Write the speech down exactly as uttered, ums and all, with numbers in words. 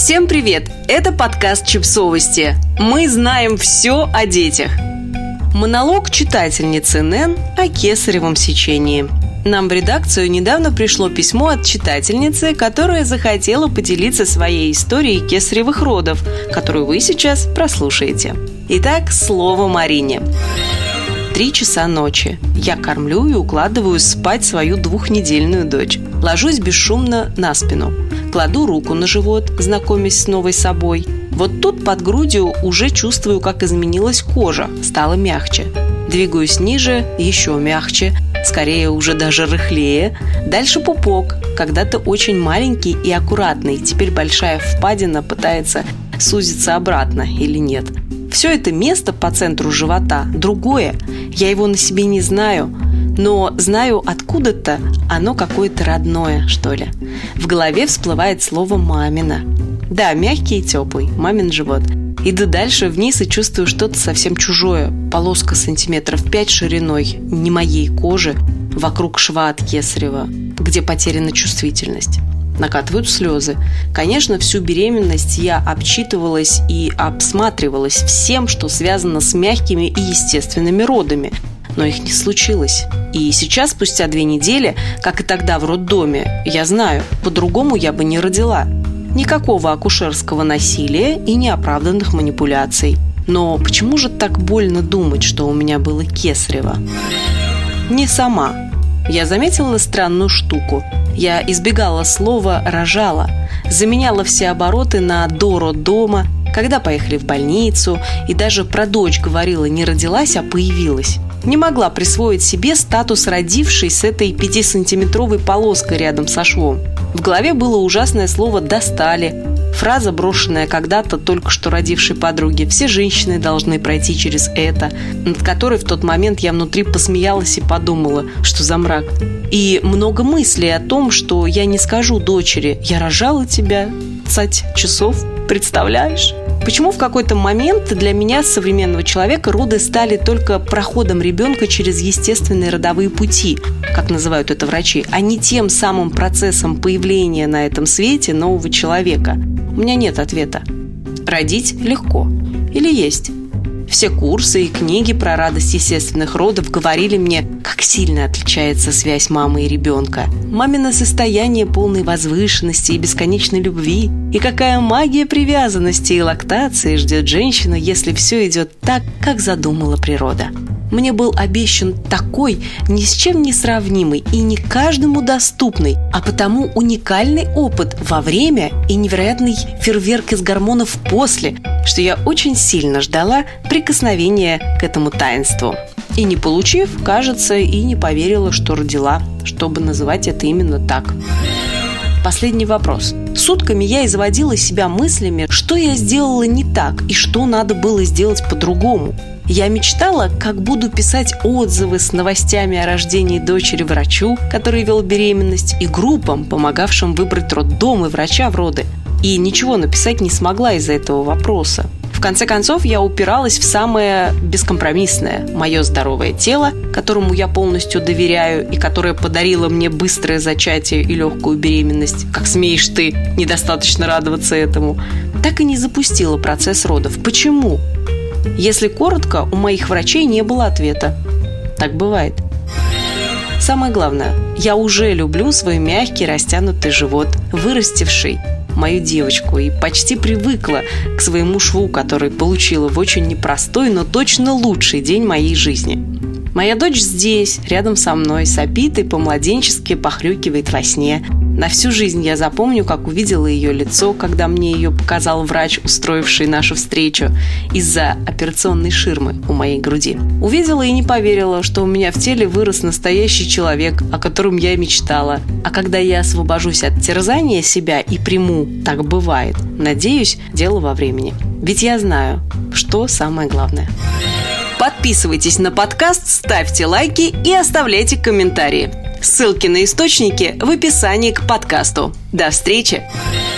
Всем привет! Это подкаст «Чипсовости». Мы знаем все о детях. Монолог читательницы Нэн о кесаревом сечении. Нам в редакцию недавно пришло письмо от читательницы, которая захотела поделиться своей историей кесаревых родов, которую вы сейчас прослушаете. Итак, слово Марине. Три часа ночи. Я кормлю и укладываю спать свою двухнедельную дочь. Ложусь бесшумно на спину. Кладу руку на живот, знакомясь с новой собой. Вот тут под грудью уже чувствую, как изменилась кожа, стала мягче. Двигаюсь ниже, еще мягче, скорее уже даже рыхлее. Дальше пупок, когда-то очень маленький и аккуратный. Теперь большая впадина пытается сузиться обратно или нет. Все это место по центру живота другое. Я его на себе не знаю, но знаю откуда-то оно какое-то родное, что ли. В голове всплывает слово «мамина». Да, мягкий и теплый, мамин живот. Иду дальше вниз и чувствую что-то совсем чужое. Полоска сантиметров пять шириной, не моей кожи, вокруг шва от кесарева, где потеряна чувствительность. Накатывают слезы. Конечно, всю беременность я обчитывалась и обсматривалась всем, что связано с мягкими и естественными родами. Но их не случилось. И сейчас, спустя две недели, как и тогда в роддоме, я знаю, по-другому я бы не родила. Никакого акушерского насилия и неоправданных манипуляций. Но почему же так больно думать, что у меня было кесарево? Не сама. Я заметила странную штуку. Я избегала слова «рожала», заменяла все обороты на «до роддома», когда поехали в больницу, и даже про дочь говорила не родилась, а появилась. Не могла присвоить себе статус родившей с этой пятисантиметровой полоской рядом со швом. В голове было ужасное слово «достали», фраза, брошенная когда-то только что родившей подруге: «Все женщины должны пройти через это», над которой в тот момент я внутри посмеялась и подумала, что за мрак. И много мыслей о том, что я не скажу дочери: «Я рожала тебя цать часов», представляешь? Почему в какой-то момент для меня, современного человека, роды стали только проходом ребенка через естественные родовые пути, как называют это врачи, а не тем самым процессом появления на этом свете нового человека? У меня нет ответа. Родить легко. Или есть? Все курсы и книги про радость естественных родов говорили мне, как сильно отличается связь мамы и ребенка. Мамино состояние полной возвышенности и бесконечной любви. И какая магия привязанности и лактации ждет женщину, если все идет так, как задумала природа. Мне был обещан такой, ни с чем не сравнимый и не каждому доступный, а потому уникальный опыт во время и невероятный фейерверк из гормонов после, что я очень сильно ждала прикосновения к этому таинству. И не получив, кажется, и не поверила, что родила, чтобы называть это именно так. Последний вопрос. Сутками я изводила себя мыслями, что я сделала не так и что надо было сделать по-другому. Я мечтала, как буду писать отзывы с новостями о рождении дочери врачу, который вел беременность, и группам, помогавшим выбрать роддом и врача в роды. И ничего написать не смогла из-за этого вопроса. В конце концов, я упиралась в самое бескомпромиссное – мое здоровое тело, которому я полностью доверяю и которое подарило мне быстрое зачатие и легкую беременность. Как смеешь ты недостаточно радоваться этому? Так и не запустила процесс родов. Почему? Если коротко, у моих врачей не было ответа. Так бывает. Самое главное, я уже люблю свой мягкий растянутый живот, вырастивший мою девочку, и почти привыкла к своему шву, который получила в очень непростой, но точно лучший день моей жизни. Моя дочь здесь, рядом со мной, сопит и по-младенчески похрюкивает во сне. На всю жизнь я запомню, как увидела ее лицо, когда мне ее показал врач, устроивший нашу встречу из-за операционной ширмы у моей груди. Увидела и не поверила, что у меня в теле вырос настоящий человек, о котором я мечтала. А когда я освобожусь от терзания себя и приму, так бывает, надеюсь, дело во времени. Ведь я знаю, что самое главное. Подписывайтесь на подкаст, ставьте лайки и оставляйте комментарии. Ссылки на источники в описании к подкасту. До встречи!